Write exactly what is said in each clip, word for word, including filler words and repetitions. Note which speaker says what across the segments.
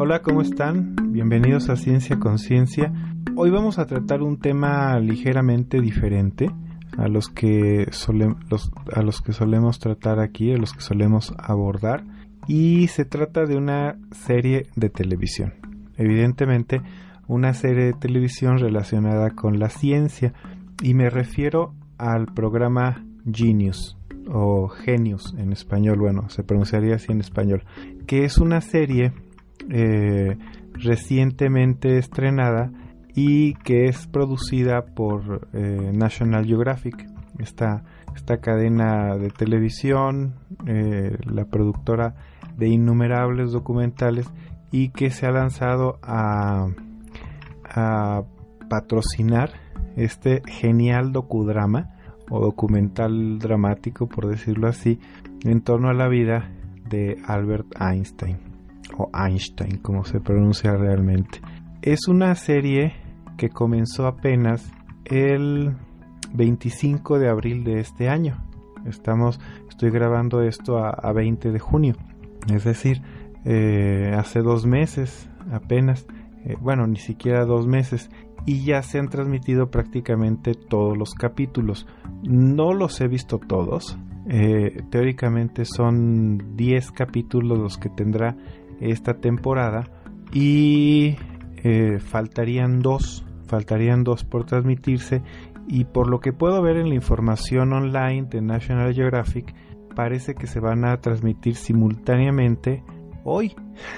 Speaker 1: Hola, ¿cómo están? Bienvenidos a Ciencia Conciencia. Hoy vamos a tratar un tema ligeramente diferente a los que solemos, los, a los que solemos tratar aquí, a los que solemos abordar, y se trata de una serie de televisión. Evidentemente, una serie de televisión relacionada con la ciencia, y me refiero al programa Genius o Genius en español, bueno, se pronunciaría así en español, que es una serie eh, recientemente estrenada y que es producida por eh, National Geographic, esta, esta cadena de televisión, eh, la productora de innumerables documentales, y que se ha lanzado a, a patrocinar este genial docudrama o documental dramático, por decirlo así, en torno a la vida de Albert Einstein, o Einstein como se pronuncia realmente. Es una serie que comenzó apenas el veinticinco de abril de este año. Estamos, estoy grabando esto a, a veinte de junio, es decir, eh, hace dos meses apenas, eh, bueno, ni siquiera dos meses, y ya se han transmitido prácticamente todos los capítulos. No los he visto todos, eh, teóricamente son diez capítulos los que tendrá esta temporada, y eh, faltarían dos, faltarían dos por transmitirse, y por lo que puedo ver en la información online de National Geographic, parece que se van a transmitir simultáneamente hoy.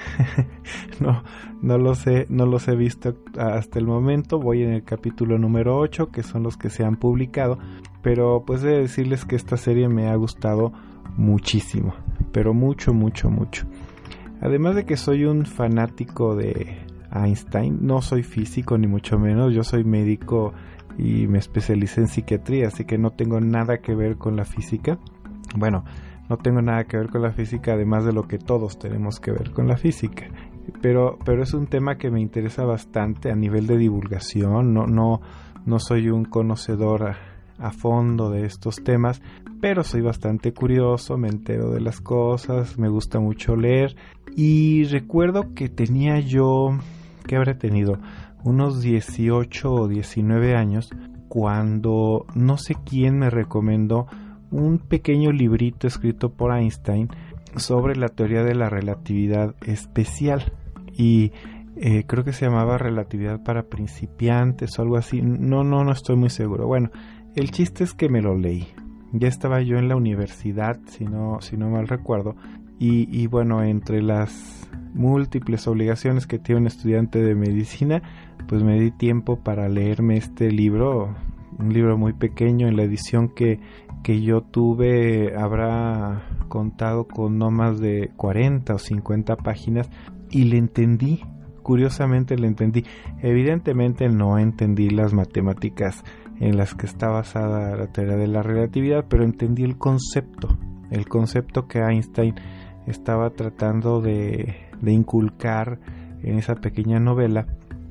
Speaker 1: no, no los he, no los he visto hasta el momento. Voy en el capítulo número ocho, que son los que se han publicado, pero pues he de decirles que esta serie me ha gustado muchísimo, pero mucho, mucho, mucho. Además de que soy un fanático de Einstein, no soy físico ni mucho menos, yo soy médico y me especialicé en psiquiatría, así que no tengo nada que ver con la física. Bueno, no tengo nada que ver con la física, además de lo que todos tenemos que ver con la física. Pero, pero es un tema que me interesa bastante a nivel de divulgación. No, no, no soy un conocedor a, a fondo de estos temas, pero soy bastante curioso, me entero de las cosas, me gusta mucho leer. Y recuerdo que tenía yo, ¿qué habré tenido? Unos dieciocho o diecinueve años, cuando no sé quién me recomendó un pequeño librito escrito por Einstein sobre la teoría de la relatividad especial, y eh, creo que se llamaba Relatividad para principiantes o algo así. No, no, no estoy muy seguro. Bueno, el chiste es que me lo leí. Ya estaba yo en la universidad, si no, si no mal recuerdo, y, y bueno, entre las múltiples obligaciones que tiene un estudiante de medicina, pues me di tiempo para leerme este libro, un libro muy pequeño. En la edición que, que yo tuve habrá contado con no más de cuarenta o cincuenta páginas, y le entendí, curiosamente le entendí. Evidentemente no entendí las matemáticas en las que está basada la teoría de la relatividad, pero entendí el concepto, el concepto que Einstein estaba tratando de, de inculcar en esa pequeña novela,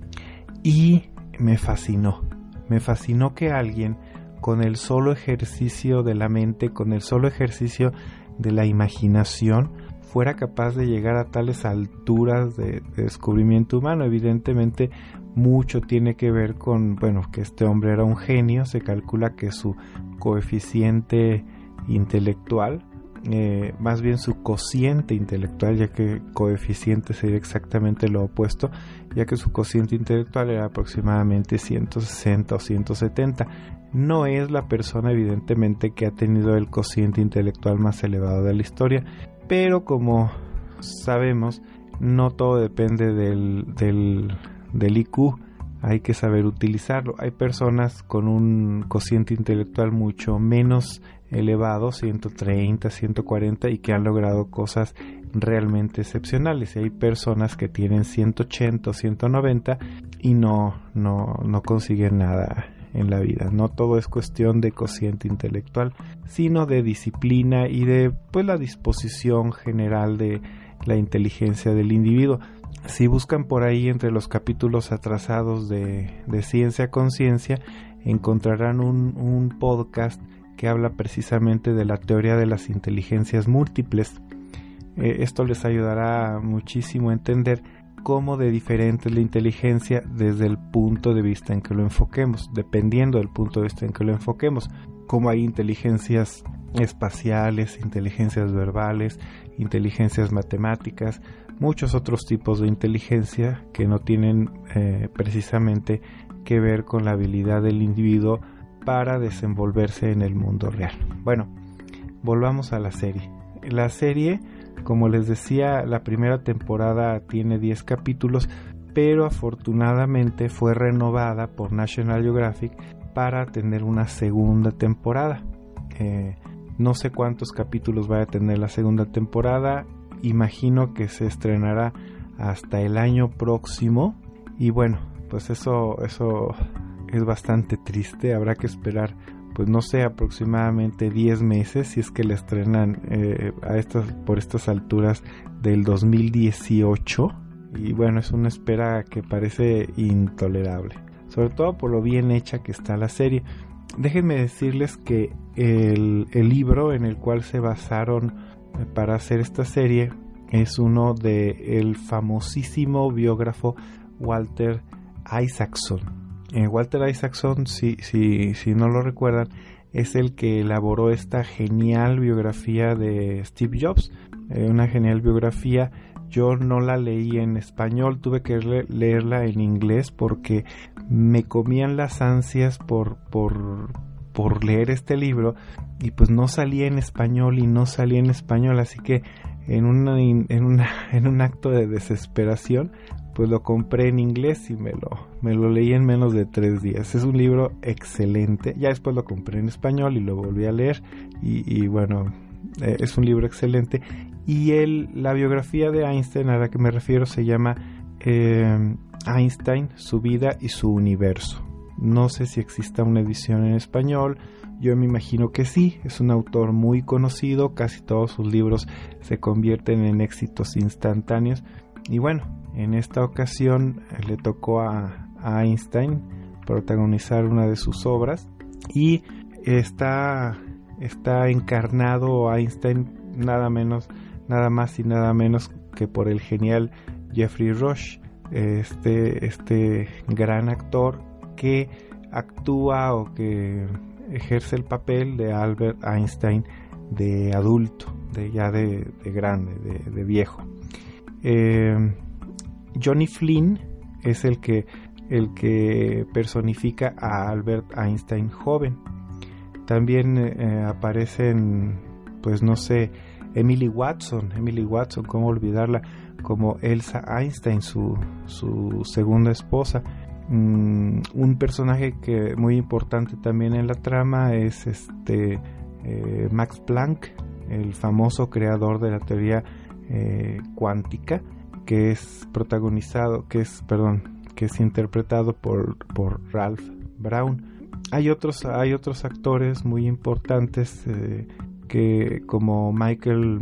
Speaker 1: y me fascinó. Me fascinó que alguien, con el solo ejercicio de la mente, con el solo ejercicio de la imaginación, fuera capaz de llegar a tales alturas de, de descubrimiento humano. Evidentemente, mucho tiene que ver con, bueno, que este hombre era un genio. Se calcula que su coeficiente intelectual, eh, más bien su cociente intelectual, ya que coeficiente sería exactamente lo opuesto, ya que su cociente intelectual era aproximadamente ciento sesenta o ciento setenta. No es la persona, evidentemente, que ha tenido el cociente intelectual más elevado de la historia, pero como sabemos, no todo depende del, del, del I Q, hay que saber utilizarlo. Hay personas con un cociente intelectual mucho menos elevado, ciento treinta, ciento cuarenta, y que han logrado cosas realmente excepcionales. Y hay personas que tienen ciento ochenta o ciento noventa y no, no, no consiguen nada en la vida. No todo es cuestión de cociente intelectual, sino de disciplina y de, pues, la disposición general de la inteligencia del individuo. Si buscan por ahí entre los capítulos atrasados de, de Ciencia Conciencia, encontrarán un, un podcast que habla precisamente de la teoría de las inteligencias múltiples. Eh, esto les ayudará muchísimo a entender cómo de diferente es la inteligencia desde el punto de vista en que lo enfoquemos, dependiendo del punto de vista en que lo enfoquemos, como hay inteligencias espaciales, inteligencias verbales, inteligencias matemáticas, muchos otros tipos de inteligencia que no tienen eh, precisamente que ver con la habilidad del individuo para desenvolverse en el mundo real. Bueno, volvamos a la serie. La serie, como les decía, la primera temporada tiene diez capítulos, pero afortunadamente fue renovada por National Geographic para tener una segunda temporada. Eh, no sé cuántos capítulos va a tener la segunda temporada, imagino que se estrenará hasta el año próximo, y bueno, pues eso, eso es bastante triste, habrá que esperar, pues no sé, aproximadamente diez meses, si es que la estrenan eh, a estas, por estas alturas del dos mil dieciocho, y bueno, es una espera que parece intolerable, sobre todo por lo bien hecha que está la serie. Déjenme decirles que el, el libro en el cual se basaron para hacer esta serie es uno de el famosísimo biógrafo Walter Isaacson. Eh, Walter Isaacson, si, si, si no lo recuerdan, es el que elaboró esta genial biografía de Steve Jobs, eh, una genial biografía. Yo no la leí en español, tuve que le- leerla en inglés porque me comían las ansias por, por, por leer este libro, y pues no salía en español y no salía en español, así que en, una, en, una, en un acto de desesperación pues lo compré en inglés y me lo, me lo leí en menos de tres días. Es un libro excelente. Ya después lo compré en español y lo volví a leer, y, y bueno, eh, es un libro excelente. Y el, la biografía de Einstein a la que me refiero se llama eh, Einstein, su vida y su universo. No sé si exista una edición en español, yo me imagino que sí. Es un autor muy conocido, casi todos sus libros se convierten en éxitos instantáneos. Y bueno, en esta ocasión eh, le tocó a, a Einstein protagonizar una de sus obras, y está, está encarnado Einstein nada menos, nada más y nada menos que por el genial Geoffrey Rush, este, este gran actor que actúa o que ejerce el papel de Albert Einstein de adulto, de ya de, de grande, de, de viejo. Eh, Johnny Flynn es el que, el que personifica a Albert Einstein joven. También eh, aparecen, pues no sé, Emily Watson, Emily Watson, cómo olvidarla, como Elsa Einstein, su, su segunda esposa. Mm, un personaje que muy importante también en la trama es este eh, Max Planck, el famoso creador de la teoría eh, cuántica, que es protagonizado, que es, perdón, que es interpretado por, por Ralph Brown. Hay otros, hay otros actores muy importantes eh, que como Michael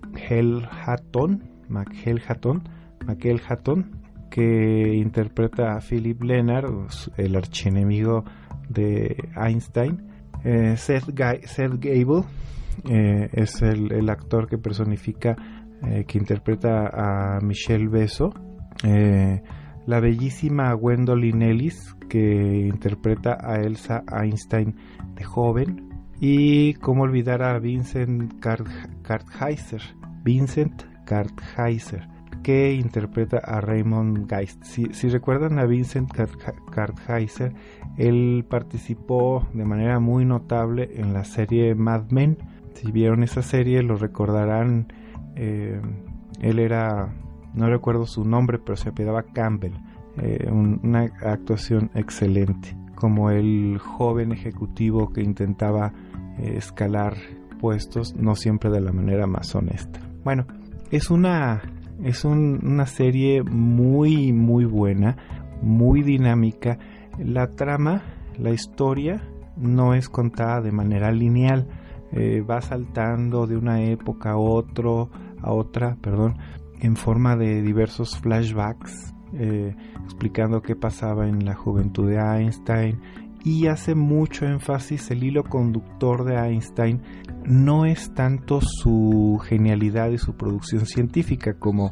Speaker 1: McElhatton, McElhatton, McElhatton, que interpreta a Philip Leonard, el archienemigo de Einstein. Eh, Seth, Ga- Seth Gable eh, es el, el actor que personifica, eh, que interpreta a Michelle Beso. Eh, la bellísima Gwendolyn Ellis, que interpreta a Elsa Einstein de joven. Y cómo olvidar a Vincent Kartheiser, Vincent Kartheiser, que interpreta a Raymond Geist. Si, si recuerdan a Vincent Kartheiser, él participó de manera muy notable en la serie Mad Men. Si vieron esa serie lo recordarán. Eh, él era, no recuerdo su nombre, pero se apellidaba Campbell. Eh, un, una actuación excelente, como el joven ejecutivo que intentaba eh, escalar puestos, no siempre de la manera más honesta. Bueno, es una es un, una serie muy muy buena, muy dinámica. La trama, la historia no es contada de manera lineal, eh, va saltando de una época a otro a otra, perdón, en forma de diversos flashbacks, eh, explicando qué pasaba en la juventud de Einstein, y hace mucho énfasis. El hilo conductor de Einstein no es tanto su genialidad y su producción científica como,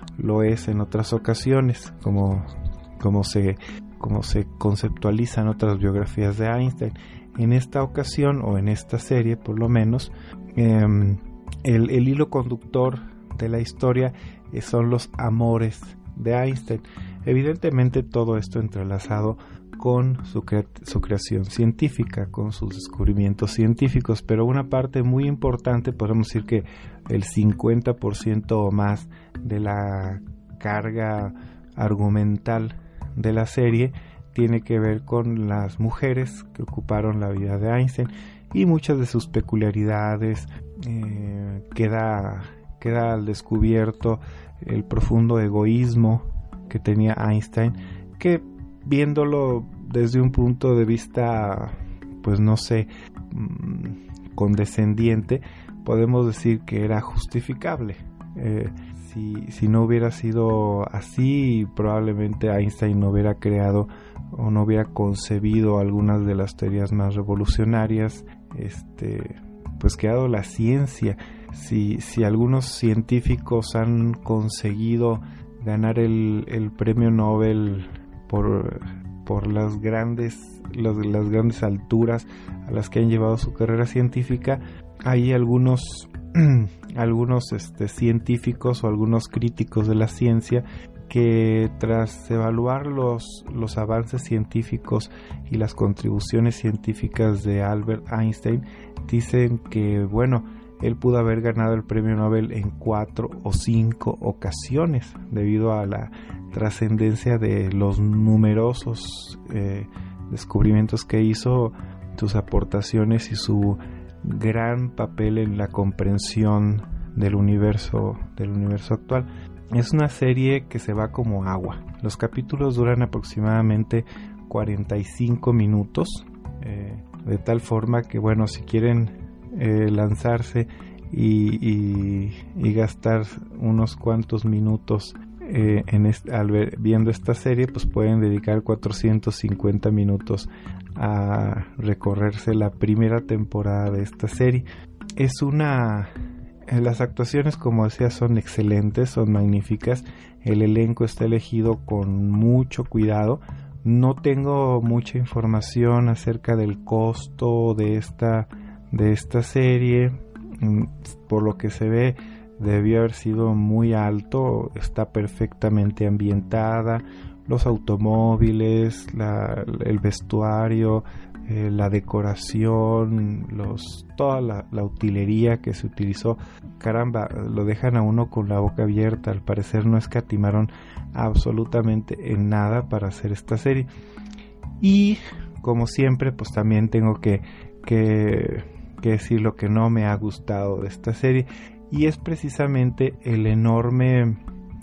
Speaker 1: lo es en otras ocasiones, como, como, se, como se conceptualizan otras biografías de Einstein. En esta ocasión, o en esta serie por lo menos, eh, el, el hilo conductor de la historia son los amores de Einstein. Evidentemente todo esto entrelazado con su, cre- su creación científica, con sus descubrimientos científicos, pero una parte muy importante, podemos decir que el cincuenta por ciento o más de la carga argumental de la serie tiene que ver con las mujeres que ocuparon la vida de Einstein, y muchas de sus peculiaridades. eh, queda, queda al descubierto el profundo egoísmo que tenía Einstein, que viéndolo desde un punto de vista, pues no sé, condescendiente, podemos decir que era justificable. Eh, si, si no hubiera sido así, probablemente Einstein no hubiera creado o no hubiera concebido algunas de las teorías más revolucionarias, este, pues que ha dado la ciencia. Si, si algunos científicos han conseguido ganar el, el premio Nobel por, por las grandes, las, las grandes alturas a las que han llevado su carrera científica, hay algunos, algunos este, científicos o algunos críticos de la ciencia que tras evaluar los, los avances científicos y las contribuciones científicas de Albert Einstein, dicen que, bueno, él pudo haber ganado el premio Nobel en cuatro o cinco ocasiones debido a la trascendencia de los numerosos eh, descubrimientos que hizo, sus aportaciones y su gran papel en la comprensión del universo, del universo actual. Es una serie que se va como agua. Los capítulos duran aproximadamente cuarenta y cinco minutos, eh, de tal forma que, bueno, si quieren eh, lanzarse y, y, y gastar unos cuantos minutos eh, en est- al ver, viendo esta serie, pues pueden dedicar cuatrocientos cincuenta minutos a recorrerse la primera temporada de esta serie. Es una... Las actuaciones, como decía, son excelentes, son magníficas. El elenco está elegido con mucho cuidado. No tengo mucha información acerca del costo de esta, de esta serie. Por lo que se ve, debió haber sido muy alto. Está perfectamente ambientada. Los automóviles, la, el vestuario, eh, la decoración, los, toda la, la utilería que se utilizó, caramba, lo dejan a uno con la boca abierta. Al parecer no escatimaron absolutamente en nada para hacer esta serie. Y como siempre, pues también tengo que, que, que decir lo que no me ha gustado de esta serie, y es precisamente el enorme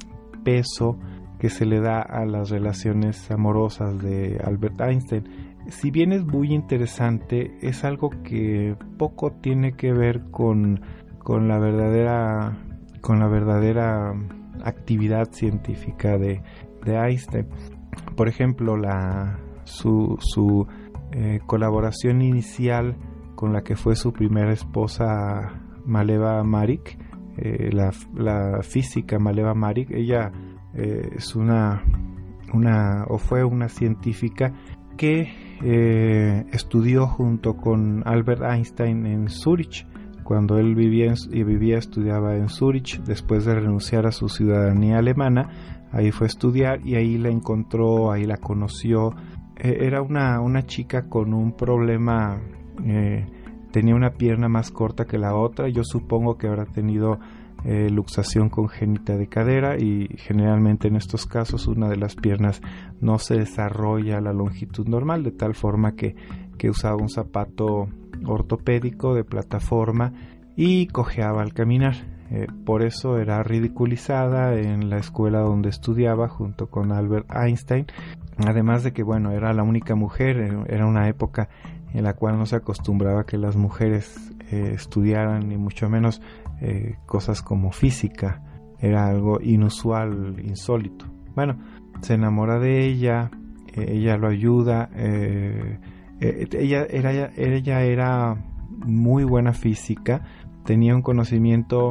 Speaker 1: peso que se le da a las relaciones amorosas de Albert Einstein. Si bien es muy interesante, es algo que poco tiene que ver con, con la verdadera con la verdadera actividad científica de, de Einstein. Por ejemplo, la su, su eh, colaboración inicial con la que fue su primera esposa, Maleva Marik, eh, la, la física Maleva Marik, ella eh, es una, una o fue una científica que eh, estudió junto con Albert Einstein en Zúrich. Cuando él vivía, y vivía, estudiaba en Zúrich. Después de renunciar a su ciudadanía alemana, ahí fue a estudiar y ahí la encontró, ahí la conoció. Eh, era una, una chica con un problema, eh, tenía una pierna más corta que la otra. Yo supongo que habrá tenido eh, luxación congénita de cadera, y generalmente en estos casos una de las piernas no se desarrolla a la longitud normal, de tal forma que, que usaba un zapato ortopédico de plataforma y cojeaba al caminar. Eh, por eso era ridiculizada en la escuela donde estudiaba junto con Albert Einstein, además de que, bueno, era la única mujer. Era una época en la cual no se acostumbraba que las mujeres eh, estudiaran, ni mucho menos eh, cosas como física. Era algo inusual, insólito. Bueno, se enamora de ella, eh, ella lo ayuda. eh, eh, ella, era, ella era muy buena física, tenía un conocimiento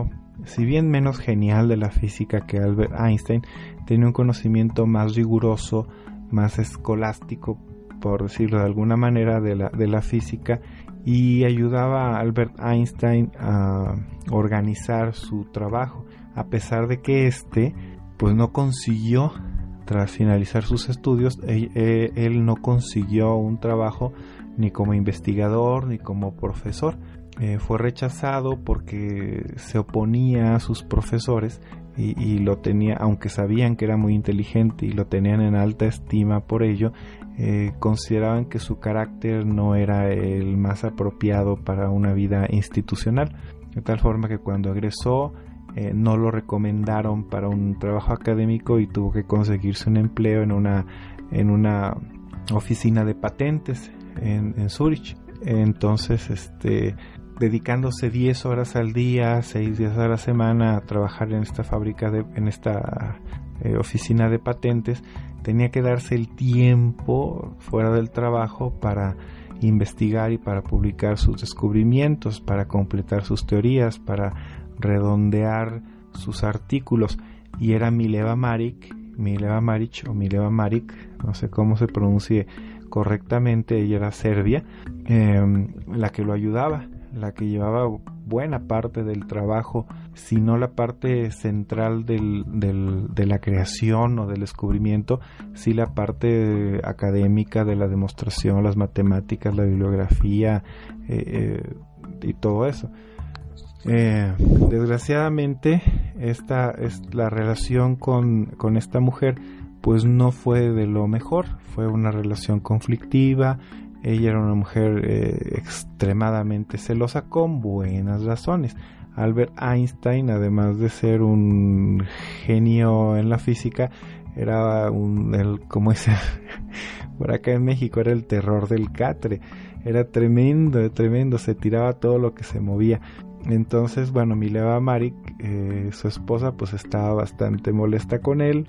Speaker 1: si bien menos genial de la física que Albert Einstein, tenía un conocimiento más riguroso, más escolástico, por decirlo de alguna manera, de la, de la física, y ayudaba a Albert Einstein a organizar su trabajo, a pesar de que éste pues no consiguió, tras finalizar sus estudios, él, él no consiguió un trabajo ni como investigador ni como profesor. Eh, fue rechazado porque se oponía a sus profesores y, y lo tenía, aunque sabían que era muy inteligente y lo tenían en alta estima por ello, eh, consideraban que su carácter no era el más apropiado para una vida institucional, de tal forma que cuando egresó eh, no lo recomendaron para un trabajo académico y tuvo que conseguirse un empleo en una, en una oficina de patentes en, en Zúrich. Entonces, este dedicándose diez horas al día, seis días a la semana a trabajar en esta fábrica, de, en esta eh, oficina de patentes, tenía que darse el tiempo fuera del trabajo para investigar y para publicar sus descubrimientos, para completar sus teorías, para redondear sus artículos. Y era Mileva Maric, Mileva Maric o Mileva Maric, no sé cómo se pronuncie correctamente, ella era serbia, eh, la que lo ayudaba, la que llevaba buena parte del trabajo, si no la parte central del, del, de la creación o del descubrimiento, sí la parte académica de la demostración, las matemáticas, la bibliografía eh, eh, y todo eso. Eh, desgraciadamente esta es la relación con, con esta mujer, pues no fue de lo mejor, fue una relación conflictiva. Ella era una mujer eh, extremadamente celosa, con buenas razones. Albert Einstein, además de ser un genio en la física, era un, el, como dice por acá en México, era el terror del catre. Era tremendo, tremendo, se tiraba todo lo que se movía. Entonces, bueno, Mileva Maric, eh, su esposa, pues estaba bastante molesta con él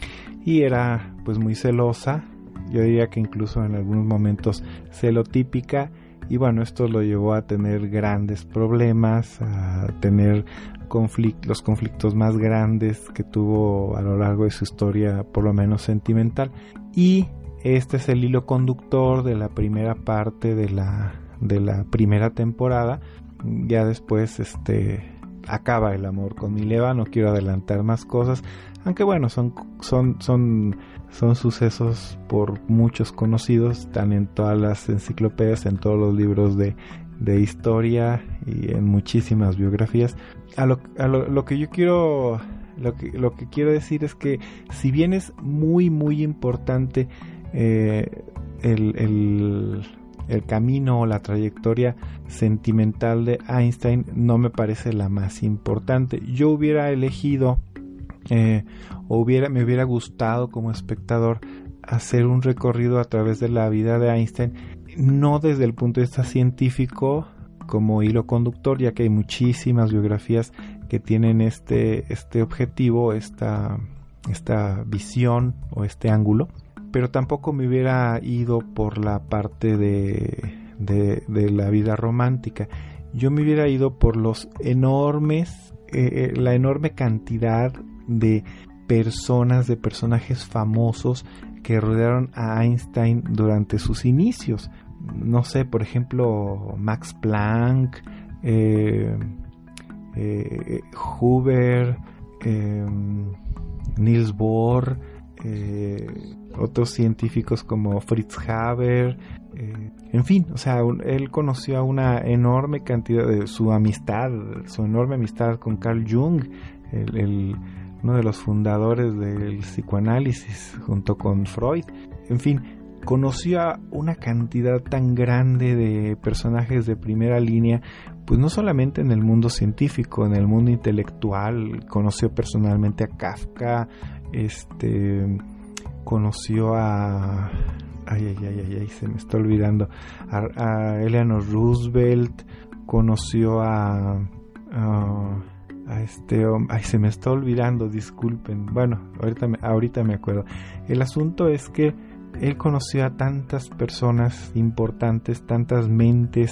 Speaker 1: y era pues muy celosa. Yo diría que incluso en algunos momentos celotípica, y bueno, esto lo llevó a tener grandes problemas, a tener conflict- los conflictos más grandes que tuvo a lo largo de su historia, por lo menos sentimental. Y este es el hilo conductor de la primera parte de la, de la primera temporada. Ya después este acaba el amor con Mileva, no quiero adelantar más cosas, aunque bueno, son son son son sucesos por muchos conocidos, están en todas las enciclopedias, en todos los libros de, de historia y en muchísimas biografías. A lo, a lo, lo que yo quiero lo que lo que quiero decir es que si bien es muy muy importante eh, el, el el camino o la trayectoria sentimental de Einstein, no me parece la más importante. Yo hubiera elegido eh, o hubiera me hubiera gustado como espectador hacer un recorrido a través de la vida de Einstein, no desde el punto de vista científico como hilo conductor, ya que hay muchísimas biografías que tienen este este objetivo, esta esta visión o este ángulo, pero tampoco me hubiera ido por la parte de, de, de la vida romántica. Yo me hubiera ido por los enormes, eh, la enorme cantidad de personas, de personajes famosos que rodearon a Einstein durante sus inicios. No sé, por ejemplo, Max Planck, eh, eh, Huber, eh, Niels Bohr, eh, otros científicos como Fritz Haber, eh, en fin, o sea, un, él conoció a una enorme cantidad de su amistad, su enorme amistad con Carl Jung, el, el, uno de los fundadores del psicoanálisis junto con Freud. En fin, conoció a una cantidad tan grande de personajes de primera línea, pues no solamente en el mundo científico, en el mundo intelectual. Conoció personalmente a Kafka, este conoció a ay ay ay ay, ay se me está olvidando a, a Eleanor Roosevelt, conoció a, a a este ay se me está olvidando, disculpen, bueno, ahorita me, ahorita me acuerdo. El asunto es que él conoció a tantas personas importantes, tantas mentes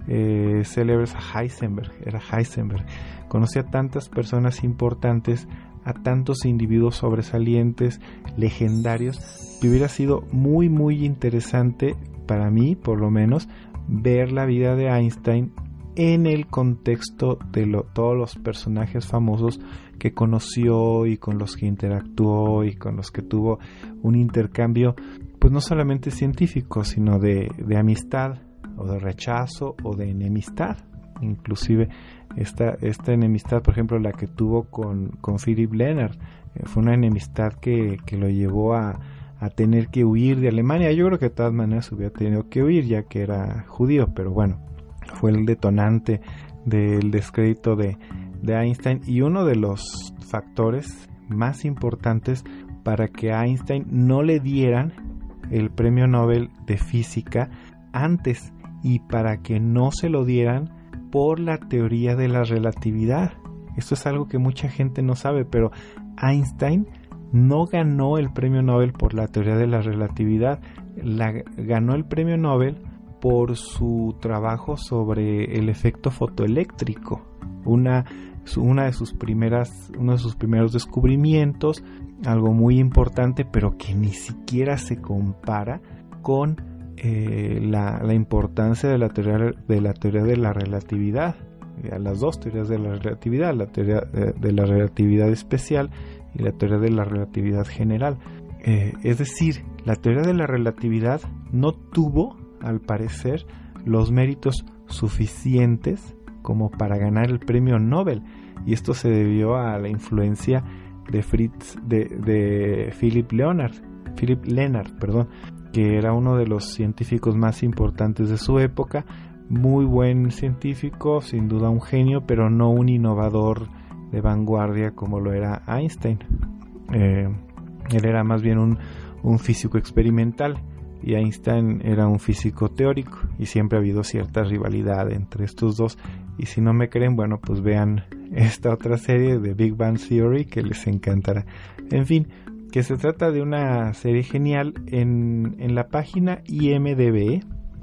Speaker 1: eh, célebres a Heisenberg, era Heisenberg. Conocía a tantas personas importantes, a tantos individuos sobresalientes, legendarios, que hubiera sido muy muy interesante para mí, por lo menos, ver la vida de Einstein en el contexto de lo, todos los personajes famosos que conoció y con los que interactuó y con los que tuvo un intercambio, pues no solamente científico, sino de, de amistad o de rechazo o de enemistad. Inclusive esta, esta enemistad, por ejemplo, la que tuvo con, con Philipp Lenard, eh, fue una enemistad que, que lo llevó a, a tener que huir de Alemania. Yo creo que de todas maneras hubiera tenido que huir ya que era judío, pero bueno, fue el detonante del descrédito de, de Einstein y uno de los factores más importantes para que a Einstein no le dieran el premio Nobel de Física antes y para que no se lo dieran por la teoría de la relatividad. Esto es algo que mucha gente no sabe, pero Einstein no ganó el premio Nobel por la teoría de la relatividad, la, ganó el premio Nobel por su trabajo sobre el efecto fotoeléctrico, una, una de sus primeras, uno de sus primeros descubrimientos, algo muy importante, pero que ni siquiera se compara con eh, la, la importancia de la teoría de la teoría de la relatividad, a las dos teorías de la relatividad, la teoría de, de la relatividad especial y la teoría de la relatividad general. Eh, es decir, la teoría de la relatividad no tuvo, al parecer, los méritos suficientes como para ganar el premio Nobel, y esto se debió a la influencia de Fritz de, de Philipp Leonard, Philipp Lenard, perdón, que era uno de los científicos más importantes de su época, muy buen científico, sin duda un genio, pero no un innovador de vanguardia como lo era Einstein. Eh, él era más bien un, un físico experimental y Einstein era un físico teórico, y siempre ha habido cierta rivalidad entre estos dos. Y si no me creen, bueno, pues vean esta otra serie de Big Bang Theory que les encantará. En fin, que se trata de una serie genial. En, en la página I M D B,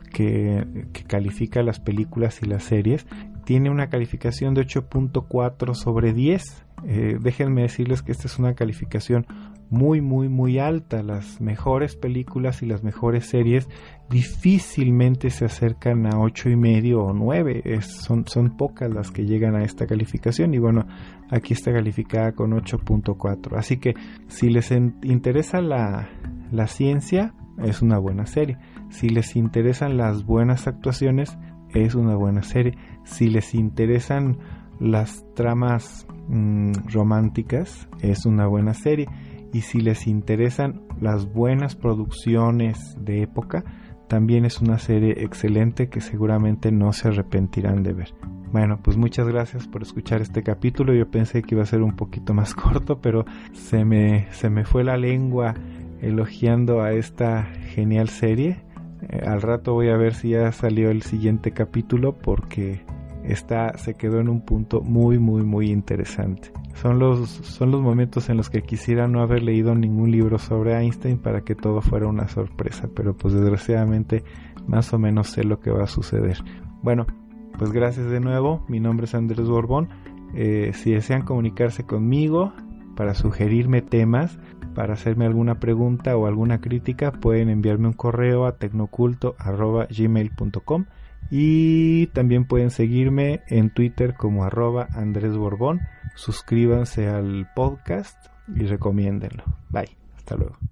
Speaker 1: que, que califica las películas y las series, tiene una calificación de ocho punto cuatro sobre diez. Eh, déjenme decirles que esta es una calificación muy muy muy alta. Las mejores películas y las mejores series difícilmente se acercan a ocho y medio o nueve. Es, son, son pocas las que llegan a esta calificación, y bueno, aquí está calificada con ocho punto cuatro. Así que si les en, interesa la, la ciencia, es una buena serie. Si les interesan las buenas actuaciones, es una buena serie. Si les interesan las tramas mmm, románticas, es una buena serie. Y si les interesan las buenas producciones de época, también es una serie excelente que seguramente no se arrepentirán de ver. Bueno, pues muchas gracias por escuchar este capítulo. Yo pensé que iba a ser un poquito más corto, pero se me, se me fue la lengua elogiando a esta genial serie. Eh, al rato voy a ver si ya salió el siguiente capítulo, porque está, se quedó en un punto muy muy muy interesante. Son los, son los momentos en los que quisiera no haber leído ningún libro sobre Einstein para que todo fuera una sorpresa, pero pues desgraciadamente más o menos sé lo que va a suceder. Bueno, pues gracias de nuevo. Mi nombre es Andrés Borbón. Eh, si desean comunicarse conmigo para sugerirme temas, para hacerme alguna pregunta o alguna crítica, pueden enviarme un correo a tecnoculto arroba gmail punto com, y también pueden seguirme en Twitter como arroba Andrés Borbón. Suscríbanse al podcast y recomiéndenlo. Bye, hasta luego.